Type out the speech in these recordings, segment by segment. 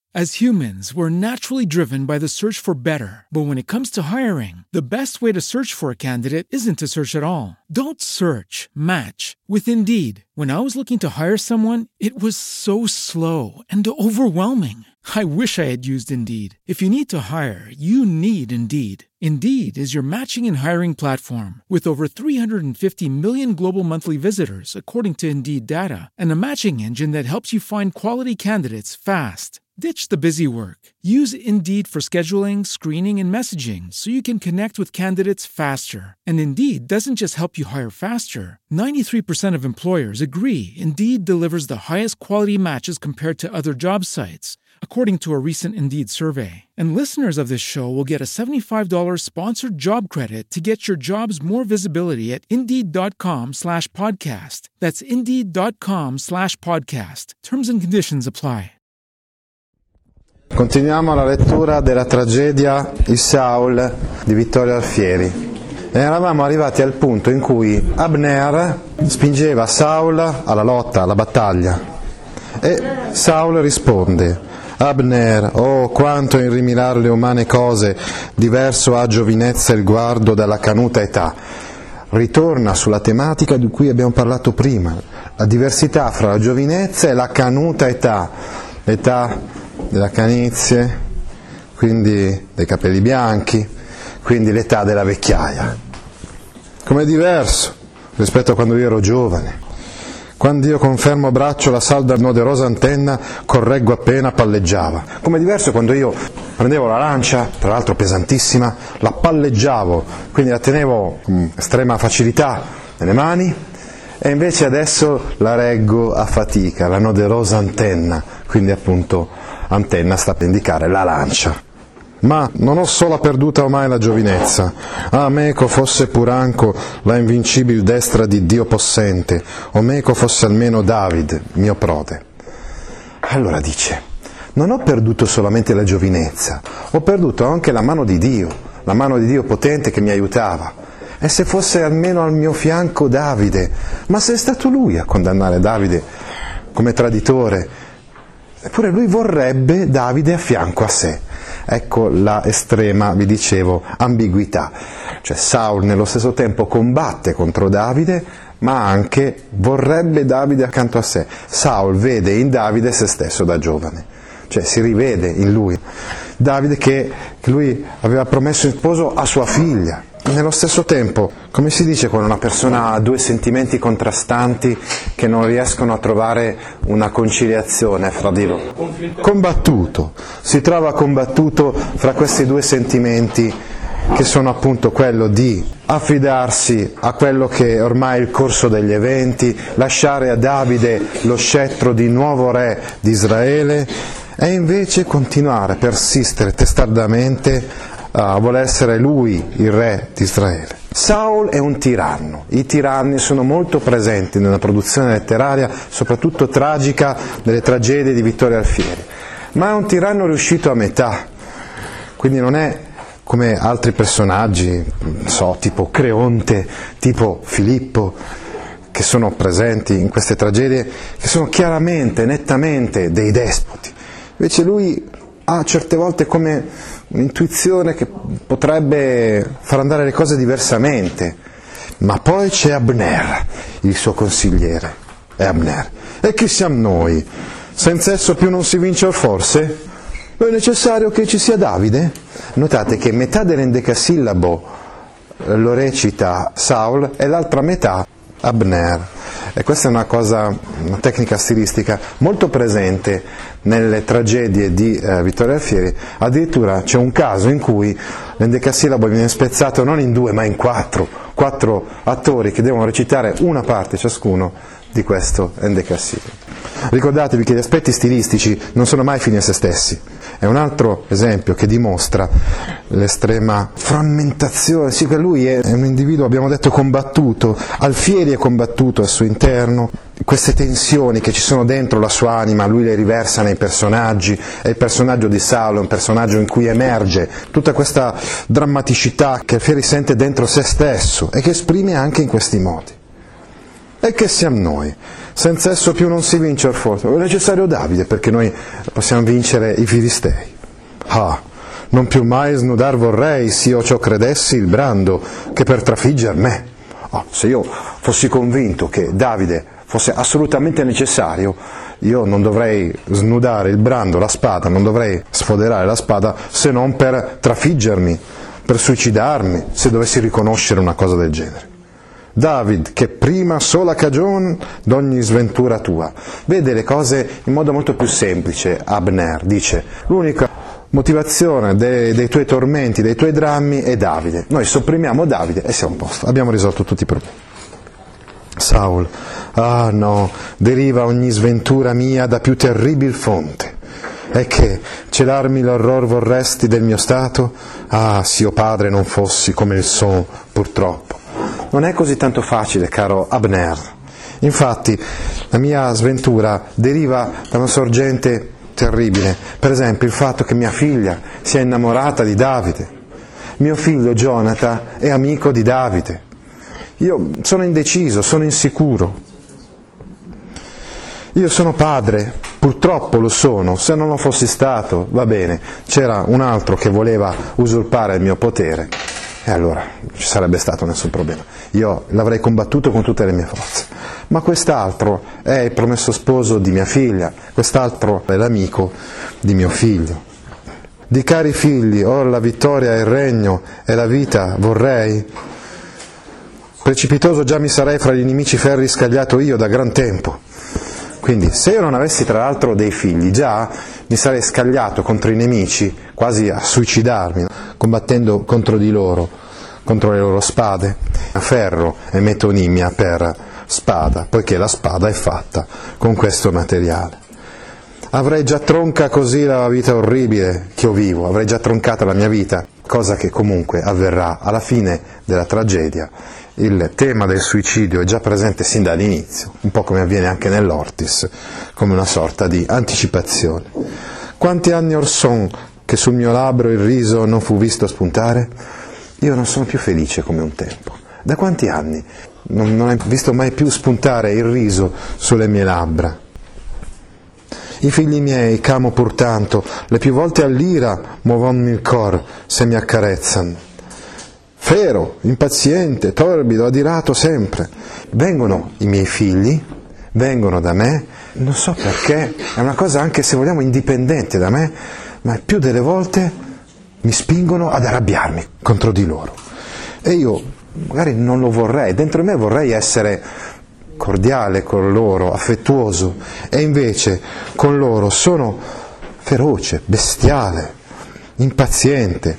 As humans, we're naturally driven by the search for better. But when it comes to hiring, the best way to search for a candidate isn't to search at all. Don't search, match with Indeed. When I was looking to hire someone, it was so slow and overwhelming. I wish I had used Indeed. If you need to hire, you need Indeed. Indeed is your matching and hiring platform with over 350 million global monthly visitors, according to Indeed data, and a matching engine that helps you find quality candidates fast. Ditch the busy work. Use Indeed for scheduling, screening, and messaging so you can connect with candidates faster. And Indeed doesn't just help you hire faster. 93% of employers agree Indeed delivers the highest quality matches compared to other job sites, according to a recent Indeed survey. And listeners of this show will get a $75 sponsored job credit to get your jobs more visibility at Indeed.com/podcast. That's Indeed.com/podcast. Terms and conditions apply. Continuiamo la lettura della tragedia Il Saul di Vittorio Alfieri. E eravamo arrivati al punto in cui Abner spingeva Saul alla lotta, alla battaglia. E Saul risponde: Abner, oh quanto in rimirar le umane cose, diverso a giovinezza il guardo dalla canuta età. Ritorna sulla tematica di cui abbiamo parlato prima, la diversità fra la giovinezza e la canuta età, l'età della canizie, quindi dei capelli bianchi, quindi l'età della vecchiaia. Com'è diverso rispetto a quando io ero giovane. Quando io con fermo braccio la salda noderosa antenna correggo appena palleggiava. Com'è diverso quando io prendevo la lancia, tra l'altro pesantissima, la palleggiavo, quindi la tenevo con estrema facilità nelle mani, e invece adesso la reggo a fatica, la noderosa antenna, quindi appunto antenna sta per indicare la lancia. Ma non ho sola perduta ormai la giovinezza, meco fosse pur anco la invincibil destra di Dio possente, o meco fosse almeno David, mio prode. Allora dice, non ho perduto solamente la giovinezza, ho perduto anche la mano di Dio potente che mi aiutava. E se fosse almeno al mio fianco Davide, ma se è stato lui a condannare Davide come traditore, eppure lui vorrebbe Davide a fianco a sé. Ecco la estrema, vi dicevo, ambiguità. Cioè Saul nello stesso tempo combatte contro Davide, ma anche vorrebbe Davide accanto a sé. Saul vede in Davide se stesso da giovane, cioè si rivede in lui. Davide che lui aveva promesso in sposo a sua figlia. Nello stesso tempo, come si dice quando una persona ha due sentimenti contrastanti che non riescono a trovare una conciliazione fra di loro? Combattuto, si trova combattuto fra questi due sentimenti che sono appunto quello di affidarsi a quello che ormai è il corso degli eventi, lasciare a Davide lo scettro di nuovo re di Israele e invece continuare, persistere testardamente a voler essere lui il re di Israele. Saul è un tiranno, i tiranni sono molto presenti nella produzione letteraria, soprattutto tragica, delle tragedie di Vittorio Alfieri, ma è un tiranno riuscito a metà, quindi non è come altri personaggi, tipo Creonte, tipo Filippo, che sono presenti in queste tragedie, che sono chiaramente, nettamente dei despoti. Invece lui ha certe volte come un'intuizione che potrebbe far andare le cose diversamente, ma poi c'è Abner, il suo consigliere, è Abner. E chi siamo noi? Senza esso più non si vince o forse? È necessario che ci sia Davide? Notate che metà dell'endecasillabo lo recita Saul e l'altra metà Abner. E questa è una tecnica stilistica molto presente nelle tragedie di Vittorio Alfieri. Addirittura c'è un caso in cui l'endecasillabo viene spezzato non in due ma in quattro attori che devono recitare una parte ciascuno di questo endecasillabo. Ricordatevi che gli aspetti stilistici non sono mai fini a se stessi. È un altro esempio che dimostra l'estrema frammentazione. Sì, che lui è un individuo, abbiamo detto, combattuto. Alfieri è combattuto al suo interno. Queste tensioni che ci sono dentro la sua anima, lui le riversa nei personaggi. E il personaggio di Saulo è un personaggio in cui emerge tutta questa drammaticità che Alfieri sente dentro se stesso e che esprime anche in questi modi. E che siamo noi? Senza esso più non si vince il forte. È necessario Davide perché noi possiamo vincere i Filistei. Ah, non più mai snudar vorrei, s'io ciò credessi il brando, che per trafigger me. Oh, se io fossi convinto che Davide fosse assolutamente necessario, io non dovrei snudare il brando, la spada, non dovrei sfoderare la spada se non per trafiggermi, per suicidarmi, se dovessi riconoscere una cosa del genere. David, che prima sola cagion d'ogni sventura tua. Vede le cose in modo molto più semplice. Abner dice: l'unica motivazione dei tuoi tormenti, dei tuoi drammi è Davide. Noi sopprimiamo Davide e siamo a posto, abbiamo risolto tutti i problemi. Saul: ah no, deriva ogni sventura mia da più terribil fonte. E che celarmi l'orror vorresti del mio stato? Ah, s'io padre non fossi come il son, purtroppo. Non è così tanto facile, caro Abner. Infatti, la mia sventura deriva da una sorgente terribile. Per esempio, il fatto che mia figlia sia innamorata di Davide. Mio figlio Jonathan è amico di Davide. Io sono indeciso, sono insicuro. Io sono padre, purtroppo lo sono, se non lo fossi stato, va bene, c'era un altro che voleva usurpare il mio potere, e allora ci sarebbe stato nessun problema. Io l'avrei combattuto con tutte le mie forze. Ma quest'altro è il promesso sposo di mia figlia, quest'altro è l'amico di mio figlio. Di cari figli, or la vittoria e il regno e la vita vorrei. Precipitoso già mi sarei fra gli nemici ferri scagliato io da gran tempo. Quindi se io non avessi tra l'altro dei figli, già mi sarei scagliato contro i nemici, quasi a suicidarmi, combattendo contro di loro, contro le loro spade, a ferro e metonimia per spada, poiché la spada è fatta con questo materiale. Avrei già tronca così la vita orribile che io vivo, avrei già troncata la mia vita, cosa che comunque avverrà alla fine della tragedia. Il tema del suicidio è già presente sin dall'inizio, un po' come avviene anche nell'Ortis, come una sorta di anticipazione. Quanti anni or son che sul mio labbro il riso non fu visto spuntare? Io non sono più felice come un tempo. Da quanti anni non hai visto mai più spuntare il riso sulle mie labbra? I figli miei, ch'amo pur tanto, le più volte all'ira muovonmi il cor se mi accarezzan. Fero, impaziente, torbido, adirato sempre. Vengono i miei figli, vengono da me, non so perché, è una cosa anche se vogliamo indipendente da me, ma più delle volte mi spingono ad arrabbiarmi contro di loro. E io magari non lo vorrei, dentro me vorrei essere cordiale con loro, affettuoso, e invece con loro sono feroce, bestiale, impaziente,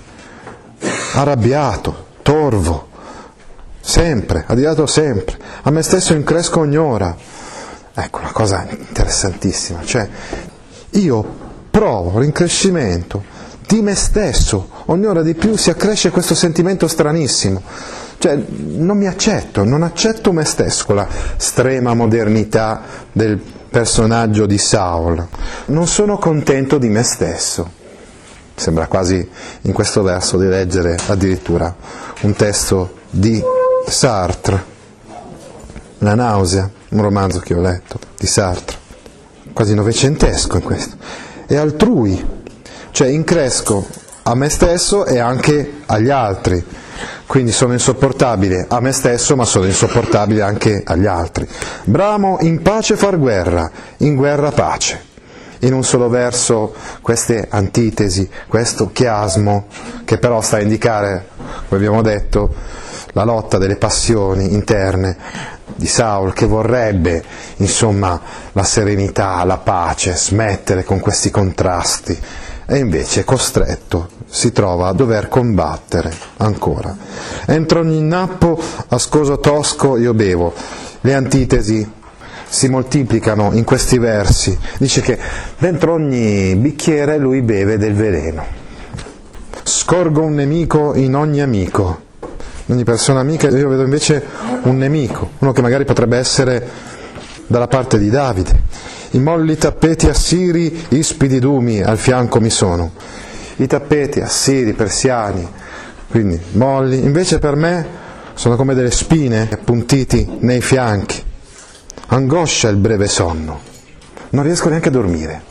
arrabbiato, torvo, sempre, adirato sempre, a me stesso incresco ogni ora. Ecco, una cosa interessantissima, cioè io provo rincrescimento di me stesso, ogni ora di più si accresce questo sentimento stranissimo, cioè non mi accetto, non accetto me stesso, con la estrema modernità del personaggio di Saul, non sono contento di me stesso. Sembra quasi in questo verso di leggere addirittura un testo di Sartre, La nausea, un romanzo che ho letto di Sartre, quasi novecentesco in questo, e altrui, cioè incresco a me stesso e anche agli altri, quindi sono insopportabile a me stesso ma sono insopportabile anche agli altri. Bramo in pace far guerra, in guerra pace. In un solo verso queste antitesi, questo chiasmo che però sta a indicare, come abbiamo detto, la lotta delle passioni interne di Saul, che vorrebbe insomma la serenità, la pace, smettere con questi contrasti, e invece costretto si trova a dover combattere ancora. Entro ogni nappo ascoso tosco io bevo. Le antitesi si moltiplicano in questi versi. Dice che dentro ogni bicchiere lui beve del veleno. Scorgo un nemico in ogni amico. In ogni persona amica io vedo invece un nemico, uno che magari potrebbe essere dalla parte di Davide. I molli tappeti assiri, ispidi dumi al fianco mi sono. I tappeti assiri, persiani, quindi molli, invece per me sono come delle spine appuntiti nei fianchi. angoscia il breve sonno, non riesco neanche a dormire.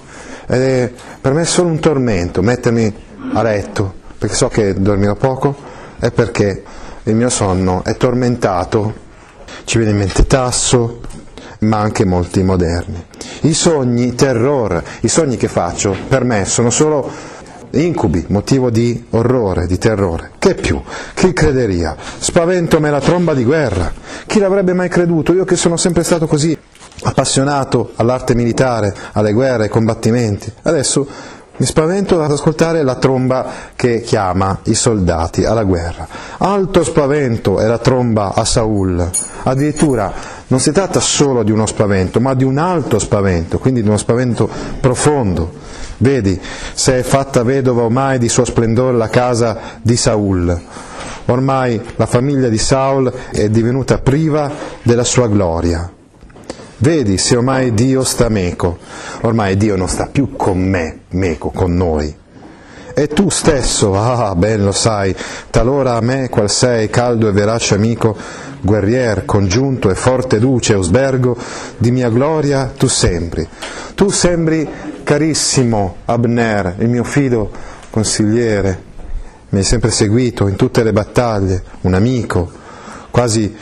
Per me è solo un tormento mettermi a letto, perché so che dormirò poco, è perché il mio sonno è tormentato. Ci viene in mente Tasso, ma anche molti moderni. I sogni, terror, i sogni che faccio per me sono solo incubi, motivo di orrore, di terrore. Che più? Chi crederia? Spavento me la tromba di guerra. Chi l'avrebbe mai creduto? Io che sono sempre stato così appassionato all'arte militare, alle guerre, ai combattimenti. Adesso mi spavento ad ascoltare la tromba che chiama i soldati alla guerra. Alto spavento è la tromba a Saul. Addirittura non si tratta solo di uno spavento, ma di un alto spavento, quindi di uno spavento profondo. Vedi, se è fatta vedova ormai di suo splendore la casa di Saul. Ormai la famiglia di Saul è divenuta priva della sua gloria. Vedi, se ormai Dio sta meco, ormai Dio non sta più con me, meco, con noi. E tu stesso, ben lo sai, talora a me, qual sei, caldo e verace amico, guerrier, congiunto e forte duce, usbergo, di mia gloria tu sembri. Tu sembri, carissimo Abner, il mio fido consigliere, mi hai sempre seguito in tutte le battaglie, un amico, quasi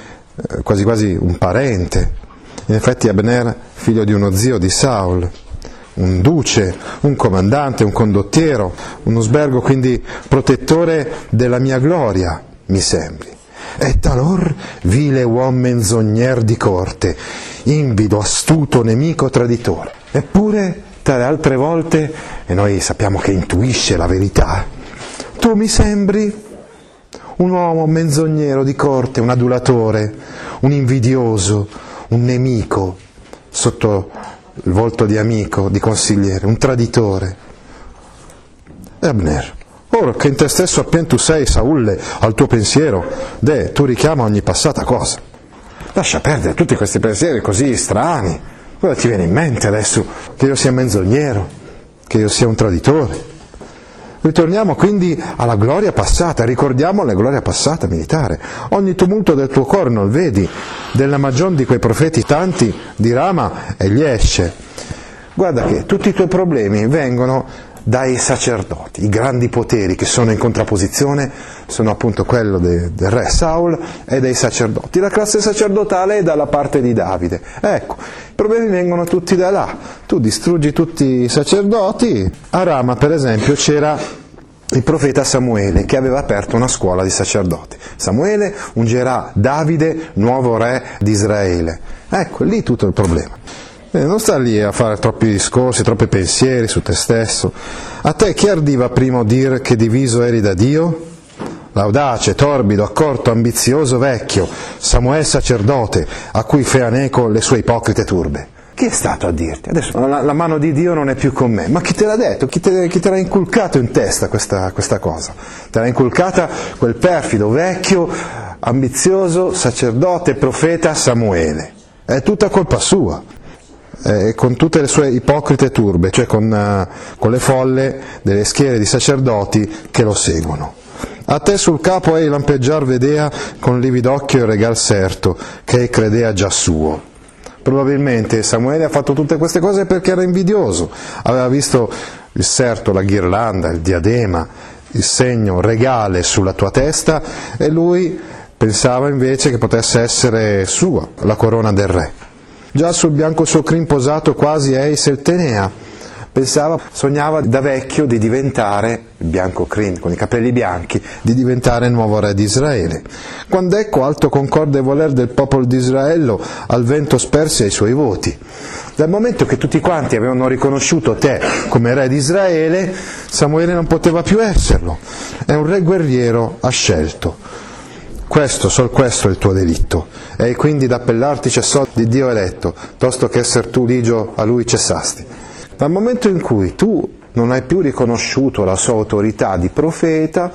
un parente. In effetti Abner, figlio di uno zio di Saul, un duce, un comandante, un condottiero, un usbergo, quindi protettore della mia gloria, mi sembri. E talor vile uom menzognier di corte, invido, astuto, nemico, traditore. Eppure, tale altre volte, e noi sappiamo che intuisce la verità, tu mi sembri un uomo menzognero di corte, un adulatore, un invidioso, un nemico sotto il volto di amico, di consigliere, un traditore. E Abner, ora che in te stesso appien tu sei, Saulle, al tuo pensiero, tu richiama ogni passata cosa. Lascia perdere tutti questi pensieri così strani. Cosa ti viene in mente adesso? Che io sia menzognero, che io sia un traditore. Ritorniamo quindi alla gloria passata, ricordiamo la gloria passata militare. Ogni tumulto del tuo cuore non vedi, della magion di quei profeti tanti dirama e gli esce. Guarda che tutti i tuoi problemi vengono dai sacerdoti, i grandi poteri che sono in contrapposizione sono appunto quello del re Saul e dei sacerdoti. La classe sacerdotale è dalla parte di Davide. Ecco, i problemi vengono tutti da là. Tu distruggi tutti i sacerdoti. A Rama, per esempio, c'era il profeta Samuele che aveva aperto una scuola di sacerdoti. Samuele ungerà Davide, nuovo re di Israele. Ecco, lì tutto il problema. Non sta lì a fare troppi discorsi, troppi pensieri su te stesso. A te chi ardiva prima dir che diviso eri da Dio? L'audace, torbido, accorto, ambizioso vecchio, Samuele sacerdote, a cui fean eco le sue ipocrite turbe. Chi è stato a dirti? Adesso la mano di Dio non è più con me. Ma chi te l'ha detto? Chi te l'ha inculcato in testa questa cosa? Te l'ha inculcata quel perfido, vecchio, ambizioso, sacerdote, profeta Samuele. È tutta colpa sua. Con tutte le sue ipocrite turbe, cioè con le folle delle schiere di sacerdoti che lo seguono. A te sul capo ei lampeggiar vedea con lividocchio il regal serto, che ei credea già suo. Probabilmente Samuele ha fatto tutte queste cose perché era invidioso, aveva visto il serto, la ghirlanda, il diadema, il segno regale sulla tua testa e lui pensava invece che potesse essere sua la corona del re. Già sul bianco suo crin posato quasi ei se il tenea. Sognava da vecchio di diventare, il bianco crin con i capelli bianchi, di diventare il nuovo re di Israele. Quando ecco alto concorde voler del popolo di Israele al vento spersi ai suoi voti. Dal momento che tutti quanti avevano riconosciuto te come re di Israele, Samuele non poteva più esserlo. È un re guerriero, ha scelto. Sol questo è il tuo delitto, e quindi d'appellarti cessò di Dio eletto, tosto che esser tu ligio a lui cessasti. Dal momento in cui tu non hai più riconosciuto la sua autorità di profeta,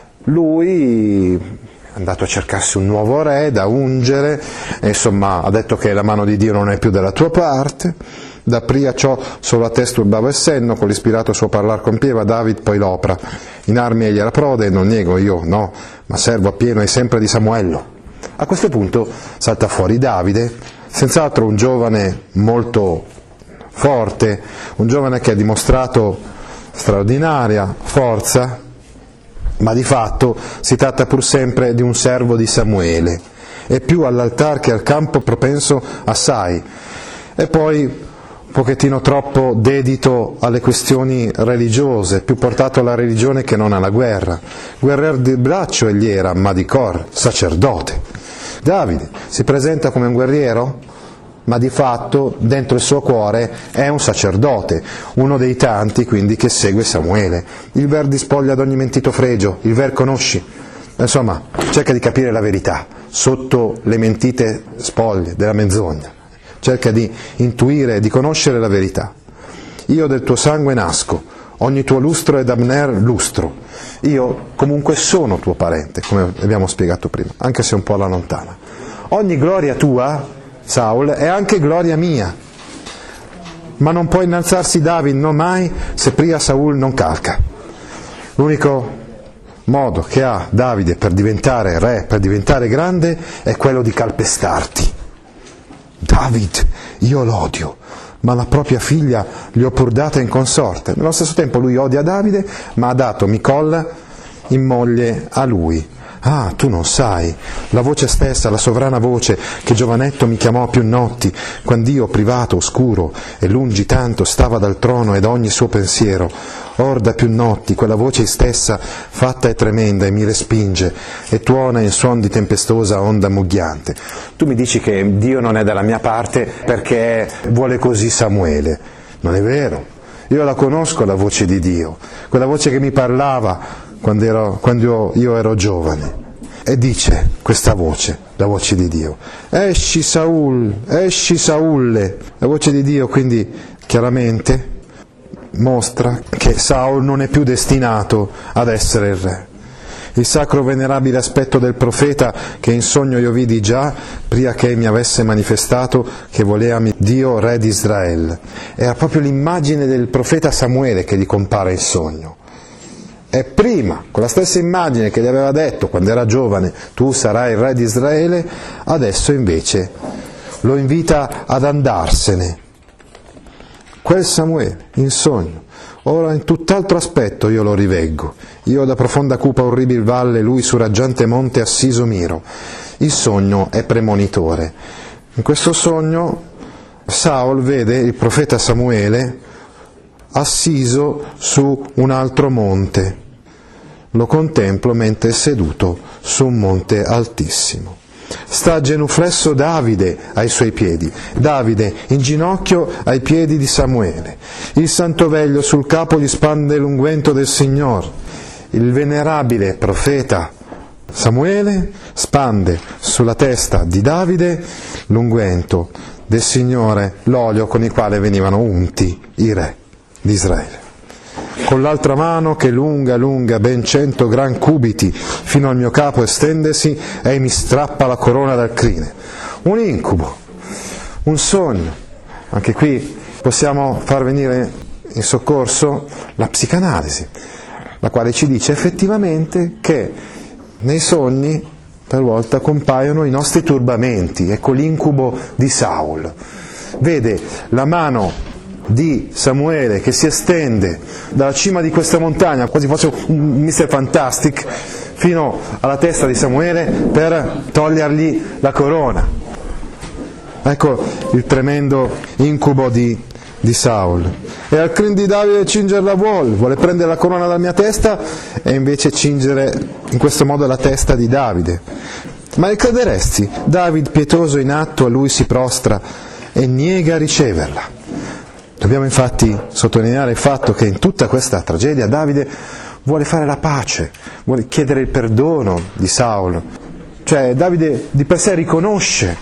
lui è andato a cercarsi un nuovo re da ungere, e insomma ha detto che la mano di Dio non è più dalla tua parte. Da pria ciò solo a te sturbava il senno, con l'ispirato suo parlar compieva David poi l'opra. In armi egli era prode, non nego io, no, ma servo appieno e sempre di Samuello. A questo punto salta fuori Davide, senz'altro un giovane molto forte, un giovane che ha dimostrato straordinaria forza, ma di fatto si tratta pur sempre di un servo di Samuele, è più all'altar che al campo propenso assai, e poi un pochettino troppo dedito alle questioni religiose, più portato alla religione che non alla guerra. Guerrier di braccio egli era, ma di cor sacerdote. Davide si presenta come un guerriero, ma di fatto dentro il suo cuore è un sacerdote, uno dei tanti quindi che segue Samuele. Il ver dispoglia ad ogni mentito fregio, il ver conosci. Insomma, cerca di capire la verità sotto le mentite spoglie della menzogna. Cerca di intuire, di conoscere la verità. Io del tuo sangue nasco, ogni tuo lustro è d'Abner lustro. Io comunque sono tuo parente, come abbiamo spiegato prima, anche se un po' alla lontana. Ogni gloria tua, Saul, è anche gloria mia. Ma non può innalzarsi David, non mai, se prima Saul non calca. L'unico modo che ha Davide per diventare re, per diventare grande, è quello di calpestarti. David, io l'odio, ma la propria figlia gli ho pur data in consorte. Nello stesso tempo lui odia Davide, ma ha dato Micolla in moglie a lui. Ah, tu non sai, la voce stessa, la sovrana voce che giovanetto mi chiamò più notti, quand'io privato, oscuro e lungi tanto stava dal trono e da ogni suo pensiero. Or da più notti quella voce stessa fatta e tremenda e mi respinge e tuona in suon di tempestosa onda mugghiante. Tu mi dici che Dio non è dalla mia parte perché vuole così Samuele. Non è vero, io la conosco la voce di Dio, quella voce che mi parlava quando io ero giovane, e dice questa voce, la voce di Dio, esci Saulle, la voce di Dio quindi chiaramente mostra che Saul non è più destinato ad essere il re. Il sacro venerabile aspetto del profeta che in sogno io vidi già prima che mi avesse manifestato che voleami Dio re di Israele, era proprio l'immagine del profeta Samuele che gli compare in sogno. E prima, con la stessa immagine che gli aveva detto quando era giovane, tu sarai il re di Israele, adesso invece lo invita ad andarsene. Quel Samuele, in sogno, ora in tutt'altro aspetto io lo riveggo. Io da profonda cupa orribil valle, lui su raggiante monte assiso miro. Il sogno è premonitore. In questo sogno Saul vede il profeta Samuele assiso su un altro monte, lo contemplo mentre è seduto su un monte altissimo. Sta genuflesso Davide ai suoi piedi, Davide in ginocchio ai piedi di Samuele. Il santoveglio sul capo gli spande l'unguento del Signor. Il venerabile profeta Samuele spande sulla testa di Davide l'unguento del Signore, l'olio con il quale venivano unti i re di Israele. Con l'altra mano che lunga, ben 100 gran cubiti, fino al mio capo estendesi, e mi strappa la corona dal crine. Un incubo, un sogno. Anche qui possiamo far venire in soccorso la psicanalisi, la quale ci dice effettivamente che nei sogni talvolta compaiono i nostri turbamenti. Ecco l'incubo di Saul. Vede la mano di Samuele che si estende dalla cima di questa montagna, quasi fosse un Mr. Fantastic, fino alla testa di Samuele per togliergli la corona. Ecco il tremendo incubo di Saul. E al crin di Davide cingerla vuole prendere la corona dalla mia testa e invece cingere in questo modo la testa di Davide. Ma ne crederesti? David pietoso in atto a lui si prostra e niega a riceverla. Dobbiamo infatti sottolineare il fatto che in tutta questa tragedia Davide vuole fare la pace, vuole chiedere il perdono di Saul. Cioè Davide di per sé riconosce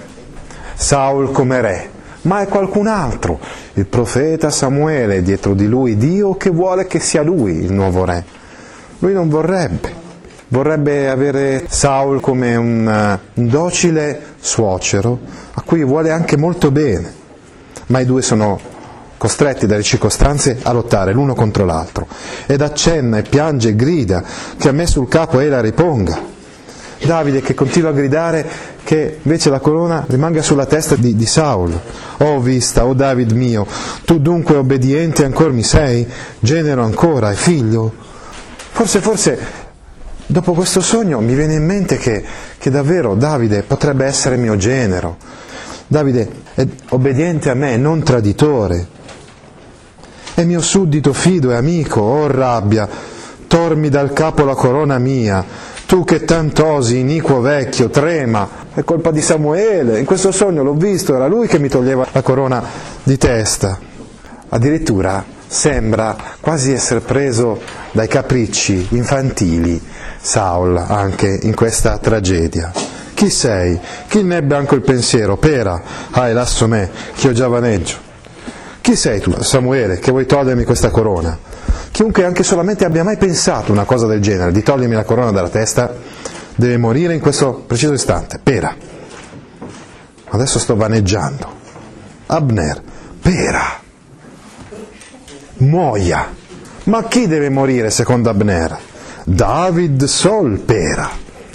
Saul come re, ma è qualcun altro, il profeta Samuele, dietro di lui Dio che vuole che sia lui il nuovo re. Lui non vorrebbe avere Saul come un docile suocero a cui vuole anche molto bene, ma i due sono costretti dalle circostanze a lottare l'uno contro l'altro, ed accenna e piange e grida che a me sul capo la riponga. Davide che continua a gridare che invece la corona rimanga sulla testa di Saul. Oh vista, oh David mio, tu dunque obbediente ancora mi sei, genero ancora e figlio? Forse, dopo questo sogno mi viene in mente che davvero Davide potrebbe essere mio genero. Davide è obbediente a me, non traditore. È mio suddito fido e amico, oh rabbia, tormi dal capo la corona mia, tu che tant'osi, iniquo vecchio, trema, è colpa di Samuele, in questo sogno l'ho visto, era lui che mi toglieva la corona di testa. Addirittura sembra quasi essere preso dai capricci infantili Saul anche in questa tragedia. Chi sei? Chi ne ebbe anche il pensiero? Pera, lasso me, che io giovaneggio. Chi sei tu, Samuele, che vuoi togliermi questa corona? Chiunque anche solamente abbia mai pensato una cosa del genere, di togliermi la corona dalla testa, deve morire in questo preciso istante. Pera. Adesso sto vaneggiando. Abner. Pera. Muoia. Ma chi deve morire secondo Abner? David sol pera.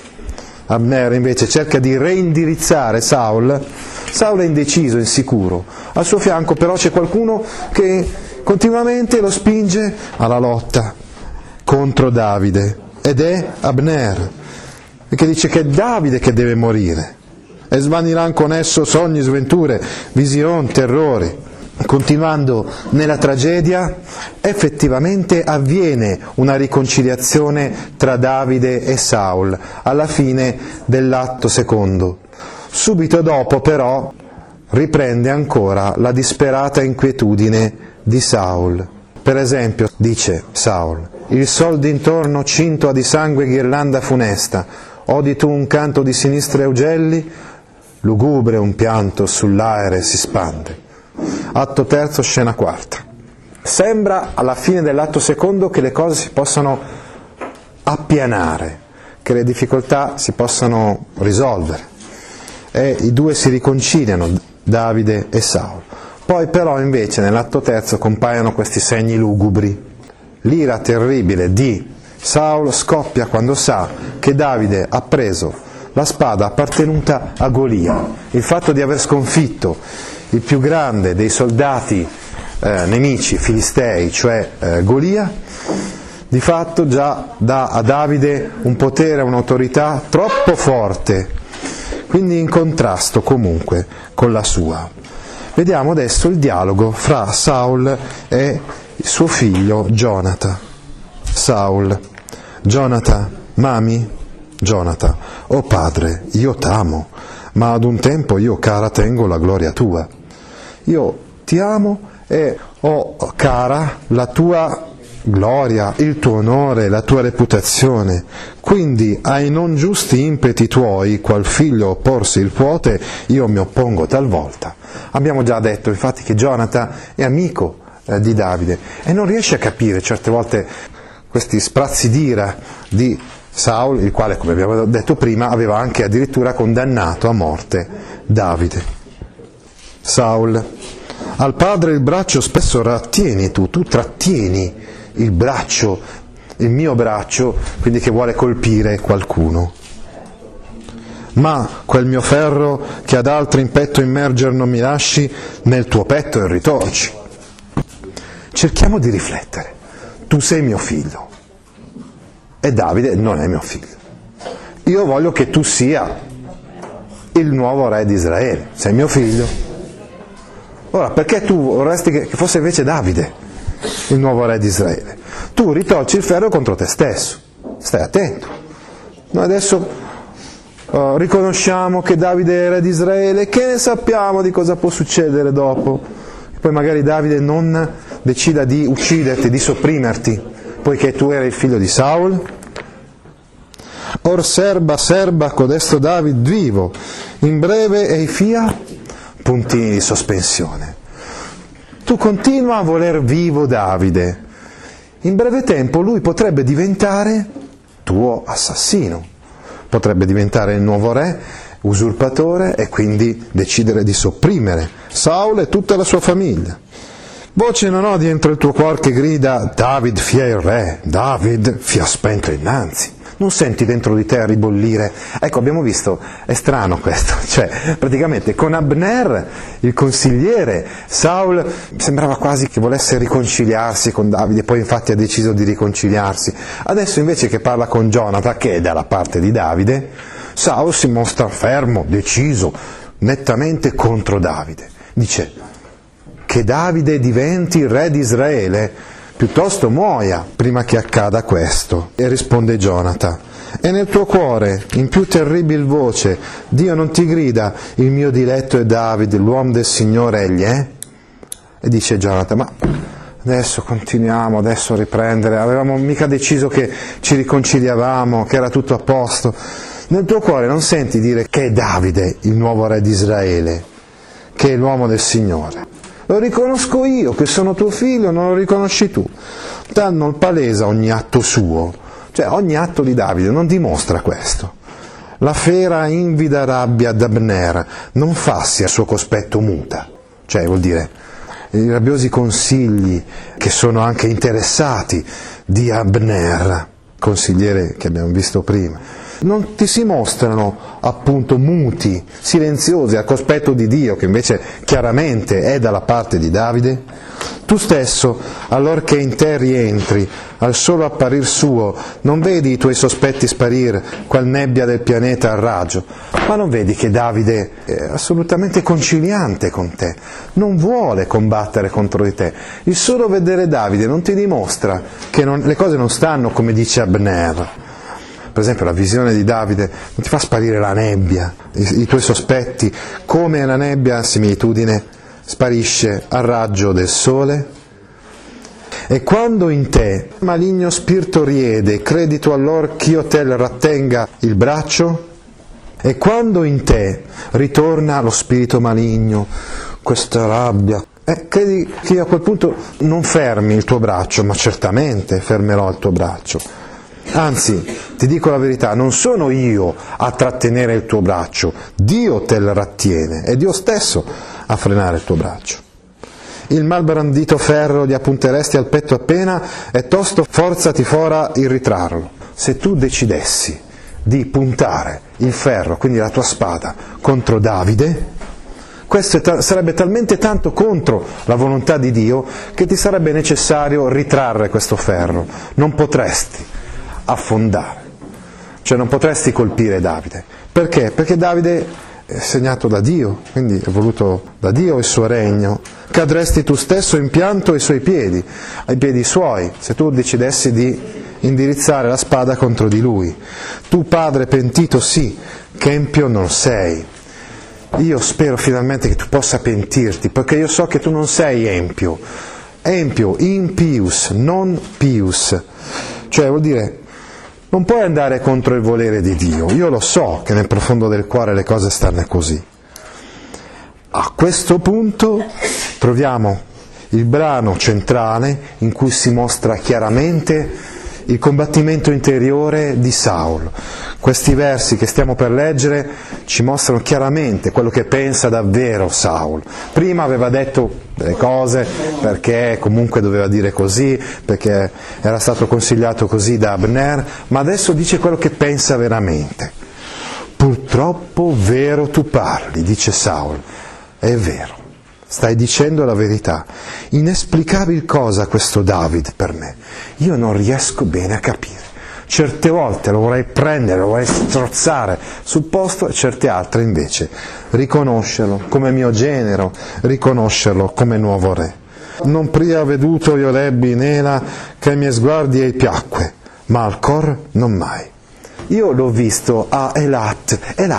Abner invece cerca di reindirizzare Saul. Saul è indeciso, insicuro. Al suo fianco però c'è qualcuno che continuamente lo spinge alla lotta contro Davide, ed è Abner, che dice che è Davide che deve morire, e svaniranno con esso sogni, sventure, visioni, terrori. Continuando nella tragedia, effettivamente avviene una riconciliazione tra Davide e Saul alla fine dell'atto secondo. Subito dopo però riprende ancora la disperata inquietudine di Saul. Per esempio, dice Saul: il sol d'intorno cinto ha di sangue ghirlanda funesta, odi tu un canto di sinistri ugelli, lugubre un pianto sull'aere si spande. Atto terzo, scena quarta. Sembra alla fine dell'atto secondo che le cose si possano appianare, che le difficoltà si possano risolvere, e i due si riconciliano, Davide e Saul. Poi però invece nell'atto terzo compaiono questi segni lugubri. L'ira terribile di Saul scoppia quando sa che Davide ha preso la spada appartenuta a Golia. Il fatto di aver sconfitto il più grande dei soldati nemici filistei, cioè Golia, di fatto già dà a Davide un potere, un'autorità troppo forte, quindi in contrasto comunque con la sua. Vediamo adesso il dialogo fra Saul e il suo figlio Gionata. Saul: Gionata, mami? Gionata: oh padre, io t'amo, ma ad un tempo io cara tengo la gloria tua. Io ti amo e ho cara la tua gloria, il tuo onore, la tua reputazione. Quindi ai non giusti impeti tuoi, qual figlio opporsi il puote, io mi oppongo talvolta. Abbiamo già detto infatti che Gionata è amico di Davide e non riesce a capire certe volte questi sprazzi d'ira di Saul, il quale, come abbiamo detto prima, aveva anche addirittura condannato a morte Davide. Saul: al padre il braccio spesso rattieni tu trattieni il braccio, il mio braccio, quindi che vuole colpire qualcuno. Ma quel mio ferro che ad altri in petto immerger non mi lasci, nel tuo petto il ritorci. Cerchiamo di riflettere. Tu sei mio figlio e Davide non è mio figlio. Io voglio che tu sia il nuovo re di Israele. Sei mio figlio. Ora, perché tu vorresti che fosse invece Davide il nuovo re di Israele? Tu ritorci il ferro contro te stesso. Stai attento. Noi adesso riconosciamo che Davide è re di Israele, che ne sappiamo di cosa può succedere dopo? E poi magari Davide non decida di ucciderti, di sopprimerti, poiché tu eri il figlio di Saul. Or serba codesto David vivo, in breve ei fia, puntini di sospensione. Tu continua a voler vivo Davide, in breve tempo lui potrebbe diventare tuo assassino, potrebbe diventare il nuovo re, usurpatore, e quindi decidere di sopprimere Saul e tutta la sua famiglia. Voce non odi entro il tuo cuor che grida: David fia il re, David fia spento innanzi. Non senti dentro di te ribollire? Ecco, abbiamo visto, è strano questo, cioè praticamente con Abner, il consigliere, Saul sembrava quasi che volesse riconciliarsi con Davide, poi infatti ha deciso di riconciliarsi. Adesso invece che parla con Jonathan, che è dalla parte di Davide, Saul si mostra fermo, deciso, nettamente contro Davide. Dice che Davide diventi il re di Israele, piuttosto muoia prima che accada questo. E risponde Jonathan: e nel tuo cuore, in più terribil voce, Dio non ti grida: il mio diletto è Davide, l'uomo del Signore egli è? E dice Jonathan: ma adesso continuiamo, adesso a riprendere, avevamo mica deciso che ci riconciliavamo, che era tutto a posto. Nel tuo cuore non senti dire che è Davide il nuovo re di Israele, che è l'uomo del Signore? Lo riconosco io, che sono tuo figlio, non lo riconosci tu. Danno il palesa ogni atto suo, cioè ogni atto di Davide non dimostra questo. La fera invida rabbia ad Abner, non fassi al suo cospetto muta, cioè vuol dire i rabbiosi consigli che sono anche interessati di Abner, consigliere che abbiamo visto prima. Non ti si mostrano appunto muti, silenziosi al cospetto di Dio, che invece chiaramente è dalla parte di Davide? Tu stesso, allorché in te rientri, al solo apparir suo, non vedi i tuoi sospetti sparire, qual nebbia del pianeta a raggio, ma non vedi che Davide è assolutamente conciliante con te, non vuole combattere contro di te. Il solo vedere Davide non ti dimostra che le cose non stanno come dice Abner. Per esempio la visione di Davide non ti fa sparire la nebbia, i tuoi sospetti, come la nebbia, similitudine, sparisce al raggio del sole. E quando in te maligno spirito riede, credi tu allor ch'io te rattenga il braccio? E quando in te ritorna lo spirito maligno, questa rabbia, credi che io a quel punto non fermi il tuo braccio? Ma certamente fermerò il tuo braccio. Anzi, ti dico la verità, non sono io a trattenere il tuo braccio, Dio te lo rattiene, è Dio stesso a frenare il tuo braccio. Il mal brandito ferro gli appunteresti al petto appena, e tosto forzati fora il ritrarlo. Se tu decidessi di puntare il ferro, quindi la tua spada, contro Davide, questo sarebbe talmente tanto contro la volontà di Dio che ti sarebbe necessario ritrarre questo ferro, non potresti affondare, cioè non potresti colpire Davide. Perché? Perché Davide è segnato da Dio, quindi è voluto da Dio il suo regno. Cadresti tu stesso in pianto ai suoi piedi, ai piedi suoi, se tu decidessi di indirizzare la spada contro di lui. Tu padre pentito sì, che empio non sei. Io spero finalmente che tu possa pentirti, perché io so che tu non sei empio, impius, non pius, cioè vuol dire non puoi andare contro il volere di Dio. Io lo so che nel profondo del cuore le cose stanno così. A questo punto troviamo il brano centrale in cui si mostra chiaramente il combattimento interiore di Saul. Questi versi che stiamo per leggere ci mostrano chiaramente quello che pensa davvero Saul. Prima aveva detto delle cose perché comunque doveva dire così, perché era stato consigliato così da Abner, ma adesso dice quello che pensa veramente. Purtroppo vero tu parli, dice Saul. È vero. Stai dicendo la verità. Inesplicabil cosa questo David per me. Io non riesco bene a capire. Certe volte lo vorrei prendere, lo vorrei strozzare sul posto, e certe altre invece riconoscerlo come mio genero, riconoscerlo come nuovo re. Non pria veduto io l'ebbi in ela, che ai miei sguardi ei piacque, ma al cor non mai. Io l'ho visto a Eilat,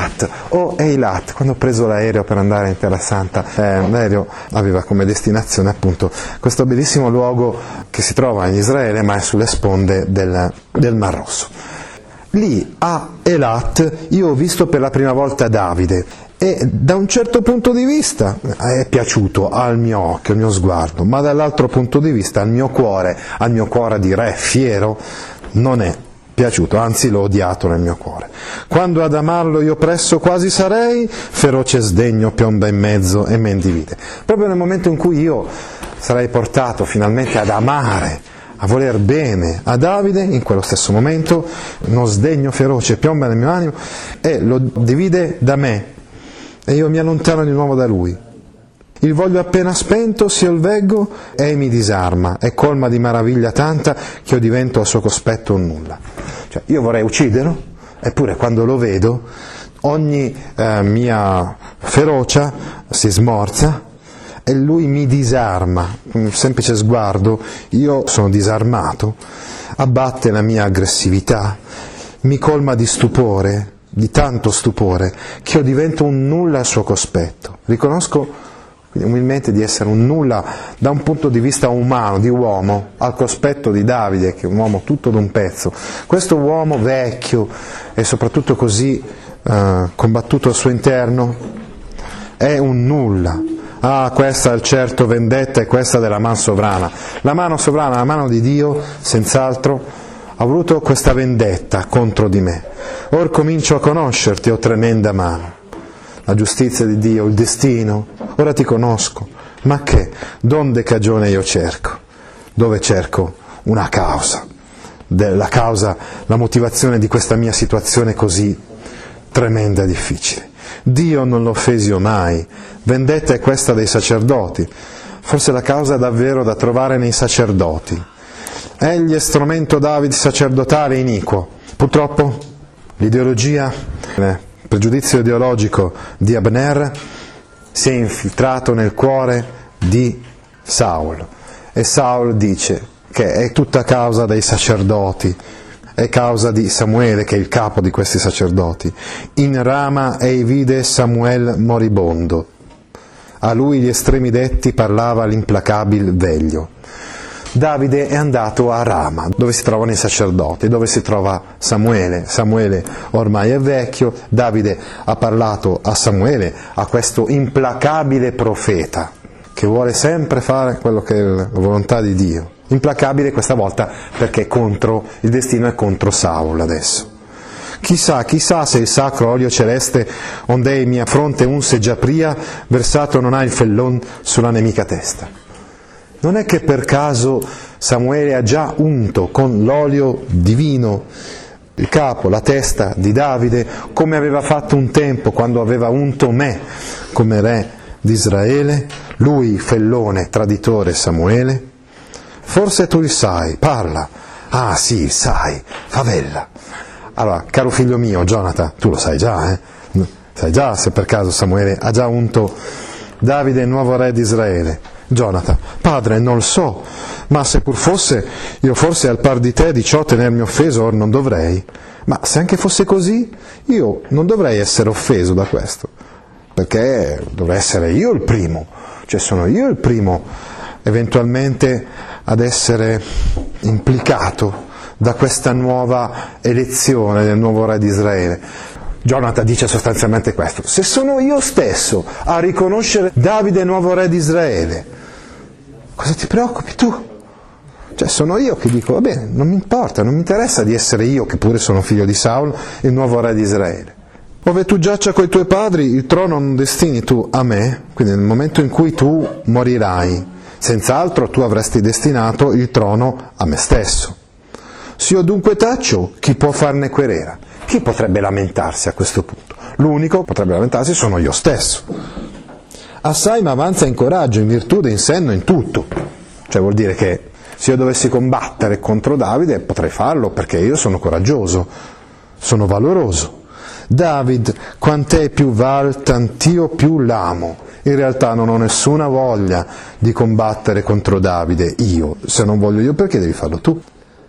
quando ho preso l'aereo per andare in Terra Santa. L'aereo aveva come destinazione appunto questo bellissimo luogo che si trova in Israele, ma è sulle sponde del Mar Rosso. Lì a Eilat io ho visto per la prima volta Davide e da un certo punto di vista è piaciuto al mio occhio, al mio sguardo, ma dall'altro punto di vista al mio cuore di re fiero non è piaciuto, anzi l'ho odiato nel mio cuore. Quando ad amarlo io presso quasi sarei, feroce sdegno piomba in mezzo e me individe. Proprio nel momento in cui io sarei portato finalmente ad amare a voler bene a Davide, in quello stesso momento uno sdegno feroce piomba nel mio animo e lo divide da me e io mi allontano di nuovo da lui. Il voglio appena spento si olveggo e mi disarma e colma di maraviglia tanta che io divento al suo cospetto un nulla. Cioè, io vorrei ucciderlo, eppure quando lo vedo ogni mia ferocia si smorza e lui mi disarma. Un semplice sguardo, io sono disarmato, abbatte la mia aggressività, mi colma di stupore, di tanto stupore, che io divento un nulla al suo cospetto. Riconosco umilmente di essere un nulla da un punto di vista umano, di uomo, al cospetto di Davide, che è un uomo tutto d'un pezzo. Questo uomo vecchio e soprattutto così combattuto al suo interno è un nulla. Ah, questa è il certo vendetta e questa della man sovrana. La mano sovrana, la mano di Dio, senz'altro, ha voluto questa vendetta contro di me. Or comincio a conoscerti, o tremenda mano. La giustizia di Dio, il destino, ora ti conosco, ma che, donde cagione io cerco? Dove cerco una causa, la motivazione di questa mia situazione così tremenda e difficile. Dio non lo offesio mai, vendetta è questa dei sacerdoti, forse la causa è davvero da trovare nei sacerdoti. Egli è strumento David sacerdotale iniquo, purtroppo l'ideologia, il pregiudizio ideologico di Abner si è infiltrato nel cuore di Saul e Saul dice che è tutta causa dei sacerdoti, è causa di Samuele che è il capo di questi sacerdoti. In Rama ei vide Samuel moribondo, a lui gli estremi detti parlava l'implacabil veglio. Davide è andato a Rama, dove si trovano i sacerdoti, dove si trova Samuele. Samuele ormai è vecchio, Davide ha parlato a Samuele, a questo implacabile profeta, che vuole sempre fare quello che è la volontà di Dio. Implacabile questa volta perché il destino è contro Saul adesso. Chissà se il sacro olio celeste onde in mia fronte unse già pria, versato non ha il fellon sulla nemica testa. Non è che per caso Samuele ha già unto con l'olio divino il capo, la testa di Davide, come aveva fatto un tempo quando aveva unto me come re di Israele, lui fellone, traditore Samuele? Forse tu il sai, parla. Ah sì, sai, favella. Allora, caro figlio mio, Jonathan, tu lo sai già, Sai già se per caso Samuele ha già unto Davide il nuovo re di Israele. Jonathan, padre, non lo so, ma se pur fosse, io forse al par di te di ciò tenermi offeso or non dovrei. Ma se anche fosse così, io non dovrei essere offeso da questo, perché dovrei essere io il primo, cioè sono io il primo eventualmente ad essere implicato da questa nuova elezione del nuovo re di Israele. Jonathan dice sostanzialmente questo: se sono io stesso a riconoscere Davide nuovo re di Israele, cosa ti preoccupi tu? Cioè sono io che dico, va bene, non mi importa, non mi interessa di essere io, che pure sono figlio di Saul, il nuovo re di Israele. Ove tu giaccia coi tuoi padri, il trono non destini tu a me, quindi nel momento in cui tu morirai, senz'altro tu avresti destinato il trono a me stesso. Se io dunque taccio, chi può farne querela? Chi potrebbe lamentarsi a questo punto? L'unico che potrebbe lamentarsi sono io stesso. Assai mi avanza in coraggio, in virtù, in senno, in tutto. Cioè vuol dire che se io dovessi combattere contro Davide potrei farlo perché io sono coraggioso, sono valoroso. David, quant'è più val, tant'io più l'amo. In realtà non ho nessuna voglia di combattere contro Davide, io. Se non voglio io, perché devi farlo tu?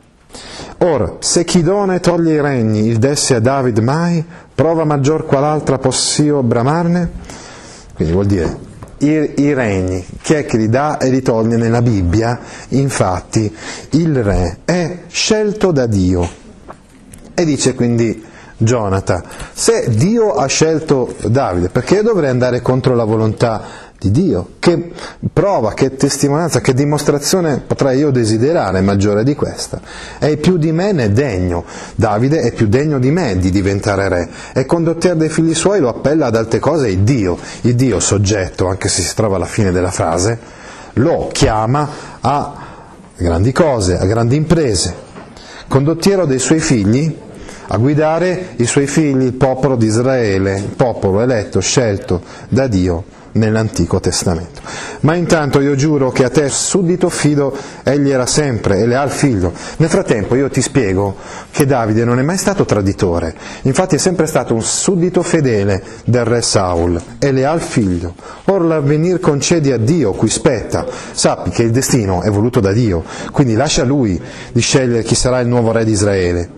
Or, se Chidone toglie i regni, il desse a David mai, prova maggior qual'altra possio bramarne? Quindi vuol dire, i regni, chi è che li dà e li toglie nella Bibbia? Infatti, il re è scelto da Dio. E dice quindi Jonathan, se Dio ha scelto Davide, perché io dovrei andare contro la volontà di Dio? Che prova, che testimonianza, che dimostrazione potrei io desiderare maggiore di questa? È più di me ne degno, Davide è più degno di me di diventare re, e condottier dei figli suoi lo appella ad alte cose il Dio soggetto, anche se si trova alla fine della frase, lo chiama a grandi cose, a grandi imprese, condottiero dei suoi figli a guidare i suoi figli, il popolo di Israele, il popolo eletto, scelto da Dio nell'Antico Testamento. Ma intanto io giuro che a te suddito fido egli era sempre e le ha il figlio. Nel frattempo io ti spiego che Davide non è mai stato traditore, infatti è sempre stato un suddito fedele del re Saul e le ha il figlio. Or l'avvenir concedi a Dio cui spetta, sappi che il destino è voluto da Dio, quindi lascia lui di scegliere chi sarà il nuovo re di Israele.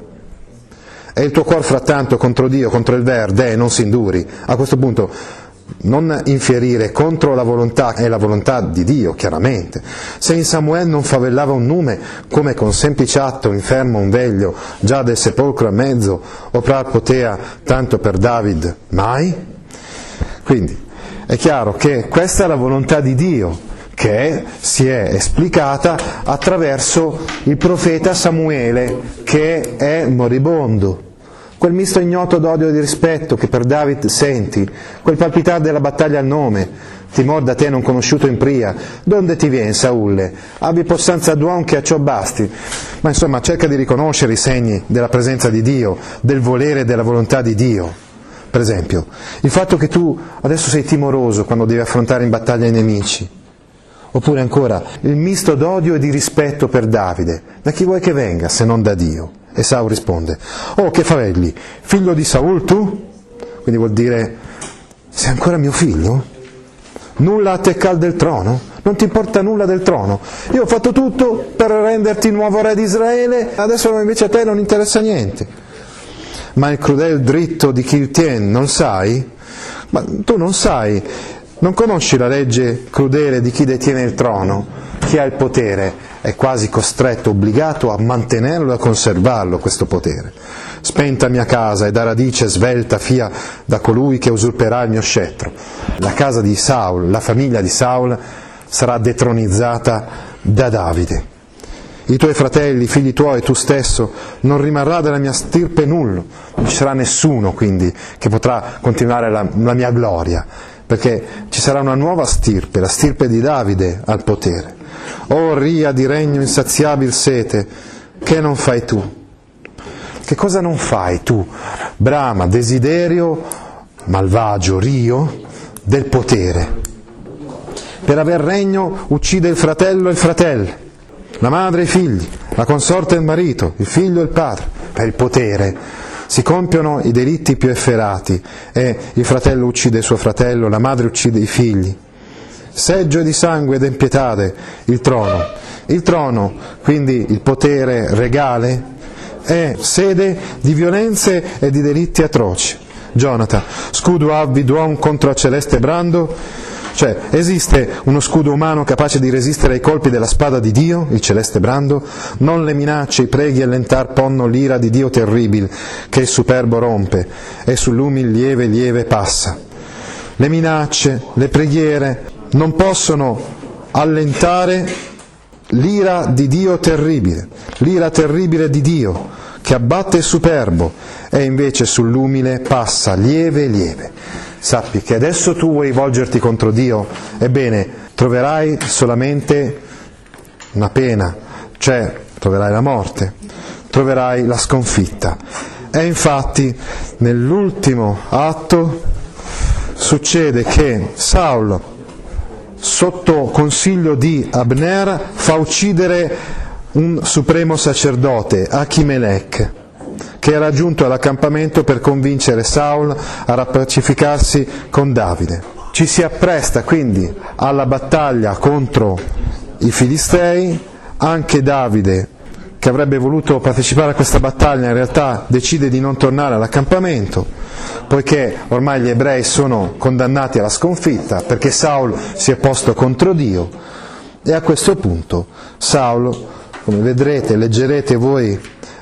E il tuo cuore frattanto contro Dio, contro il ver, non si induri. A questo punto non infierire contro la volontà e la volontà di Dio, chiaramente. Se in Samuel non favellava un nume, come con semplice atto infermo un veglio, già del sepolcro a mezzo, oprar potea tanto per David, mai? Quindi è chiaro che questa è la volontà di Dio, che si è esplicata attraverso il profeta Samuele, che è moribondo. Quel misto ignoto d'odio e di rispetto che per David senti, quel palpitare della battaglia al nome, timor da te non conosciuto in pria, donde ti vien, Saulle? Abbi possanza d'uomo che a ciò basti. Ma insomma, cerca di riconoscere i segni della presenza di Dio, del volere e della volontà di Dio. Per esempio, il fatto che tu adesso sei timoroso quando devi affrontare in battaglia i nemici. Oppure ancora, il misto d'odio e di rispetto per Davide. Da chi vuoi che venga, se non da Dio? E Saul risponde: oh, che favelli, figlio di Saul tu? Quindi vuol dire: sei ancora mio figlio? Nulla a te cal del trono? Non ti importa nulla del trono? Io ho fatto tutto per renderti nuovo re di Israele, adesso invece a te non interessa niente. Ma il crudel dritto di chi il tiene, non sai? Ma tu non sai, non conosci la legge crudele di chi detiene il trono? Chi ha il potere è quasi costretto, obbligato a mantenerlo e a conservarlo questo potere. Spenta mia casa e da radice svelta fia da colui che usurperà il mio scettro. La casa di Saul, la famiglia di Saul sarà detronizzata da Davide. I tuoi fratelli, i figli tuoi, tu stesso, non rimarrà della mia stirpe nullo. Non ci sarà nessuno quindi che potrà continuare la mia gloria, perché ci sarà una nuova stirpe, la stirpe di Davide al potere. O ria di regno insaziabil sete, che non fai tu? Che cosa non fai tu? Brama, desiderio, malvagio, rio del potere. Per aver regno uccide il fratello e il fratello, la madre e i figli, la consorte e il marito, il figlio e il padre. Per il potere si compiono i delitti più efferati e il fratello uccide il suo fratello, la madre uccide i figli. Seggio di sangue ed empietate il trono. Il trono, quindi il potere regale, è sede di violenze e di delitti atroci. Jonathan, scudo avvi d'uom contro a celeste brando? Cioè, esiste uno scudo umano capace di resistere ai colpi della spada di Dio, il celeste brando? Non le minacce, i preghi allentar ponno l'ira di Dio terribil, che il superbo rompe, e sull'umil lieve lieve passa. Le minacce, le preghiere non possono allentare l'ira di Dio terribile, l'ira terribile di Dio, che abbatte il superbo, e invece sull'umile passa lieve lieve. Sappi che adesso tu vuoi volgerti contro Dio, ebbene, troverai solamente una pena, cioè troverai la morte, troverai la sconfitta. E infatti, nell'ultimo atto, succede che Saul, sotto consiglio di Abner, fa uccidere un supremo sacerdote, Achimelech, che era giunto all'accampamento per convincere Saul a rappacificarsi con Davide. Ci si appresta quindi alla battaglia contro i Filistei. Anche Davide, che avrebbe voluto partecipare a questa battaglia, in realtà decide di non tornare all'accampamento, poiché ormai gli ebrei sono condannati alla sconfitta, perché Saul si è posto contro Dio. E a questo punto Saul, come vedrete, leggerete voi,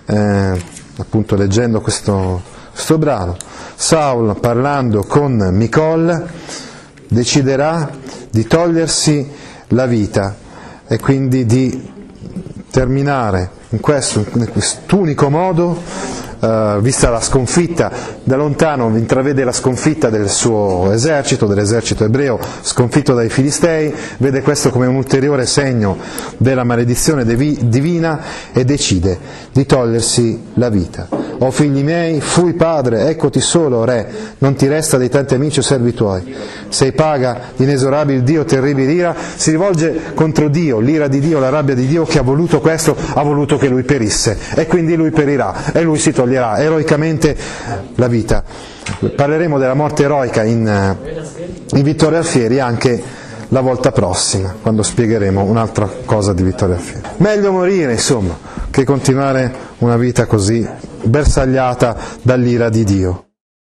appunto leggendo questo brano, Saul, parlando con Micol, deciderà di togliersi la vita e quindi di terminare in quest'unico modo vista la sconfitta, da lontano intravede la sconfitta del suo esercito, dell'esercito ebreo sconfitto dai Filistei, vede questo come un ulteriore segno della maledizione divina e decide di togliersi la vita. O figli miei, fui padre, eccoti solo re, non ti resta dei tanti amici o servi tuoi. Sei paga di inesorabile Dio, terribile ira, si rivolge contro Dio, l'ira di Dio, la rabbia di Dio che ha voluto questo, ha voluto che lui perisse e quindi lui perirà e lui si toglierà eroicamente la vita. Parleremo della morte eroica in Vittorio Alfieri anche la volta prossima, quando spiegheremo un'altra cosa di Vittorio Alfieri. Meglio morire, insomma, che continuare una vita così bersagliata dall'ira di Dio.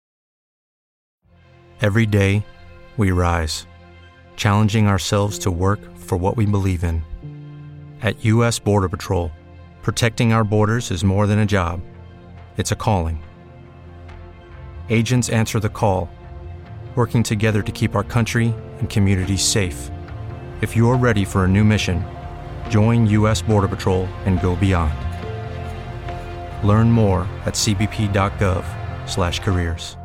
Every day we rise, challenging ourselves to work for what we believe in. At U.S. Border Patrol, protecting our borders is more than a job, it's a calling. Agents answer the call, working together to keep our country and communities safe. If you're ready for a new mission, join U.S. Border Patrol and go beyond. Learn more at cbp.gov/careers.